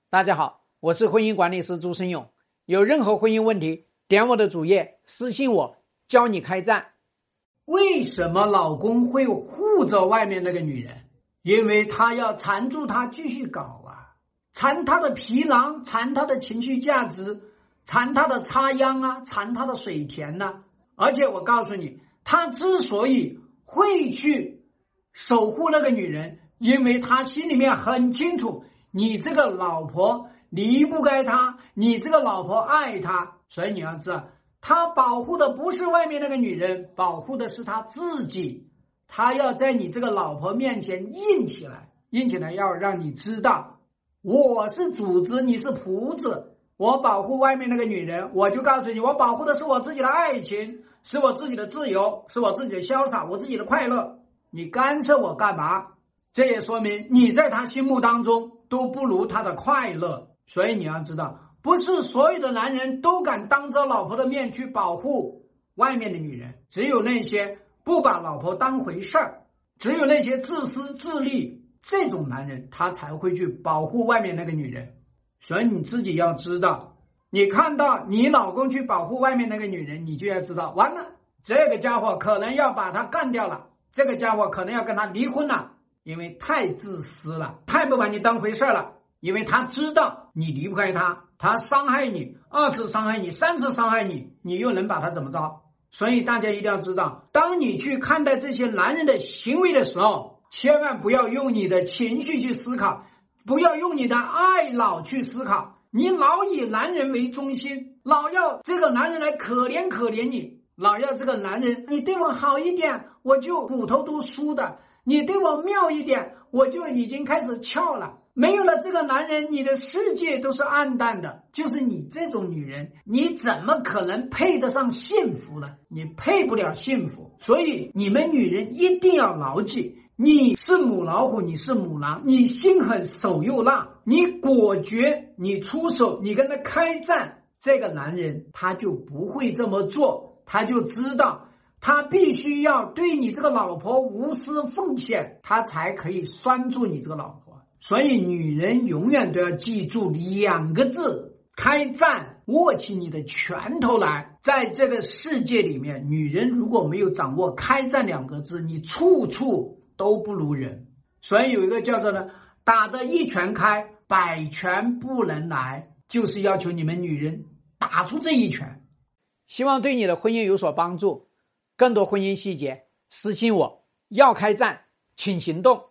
大家好，我是婚姻管理师朱生勇。有任何婚姻问题，点我的主页私信我，教你开战。为什么老公会护着外面那个女人？因为他要缠住她继续搞啊，缠她的皮囊，缠她的情绪价值，缠她的插秧啊，缠她的水田啊。而且我告诉你，他之所以会去守护那个女人，因为他心里面很清楚，你这个老婆离不开他，你这个老婆爱他。所以你要知道，他保护的不是外面那个女人，保护的是他自己。他要在你这个老婆面前硬起来，硬起来要让你知道，我是主子，你是仆子。我保护外面那个女人，我就告诉你，我保护的是我自己的爱情，是我自己的自由，是我自己的潇洒，我自己的快乐。你干涉我干嘛？这也说明你在他心目当中都不如他的快乐。所以你要知道，不是所有的男人都敢当着老婆的面去保护外面的女人，只有那些不把老婆当回事儿，只有那些自私自利这种男人，他才会去保护外面那个女人。所以你自己要知道，你看到你老公去保护外面那个女人，你就要知道，完了，这个家伙可能要把他干掉了，这个家伙可能要跟他离婚了，因为太自私了，太不把你当回事了。因为他知道你离不开他，他伤害你，2次伤害你，3次伤害你，你又能把他怎么着？所以大家一定要知道，当你去看待这些男人的行为的时候，千万不要用你的情绪去思考，不要用你的爱脑去思考，你老以男人为中心，老要这个男人来可怜可怜你，老要这个男人你对我好一点，我就骨头都酥的，你对我妙一点，我就已经开始翘了。没有了这个男人，你的世界都是暗淡的。就是你这种女人，你怎么可能配得上幸福呢？你配不了幸福。所以你们女人一定要牢记，你是母老虎，你是母狼，你心狠手又辣，你果决，你出手，你跟他开战，这个男人他就不会这么做，他就知道他必须要对你这个老婆无私奉献，他才可以拴住你这个老婆。所以女人永远都要记住2个字，开战，握起你的拳头来。在这个世界里面，女人如果没有掌握开战2个字，你处处都不如人。所以有一个叫做呢，打得一拳开，百拳不能来，就是要求你们女人打出这一拳。希望对你的婚姻有所帮助。更多婚姻细节私信我。要开战请行动。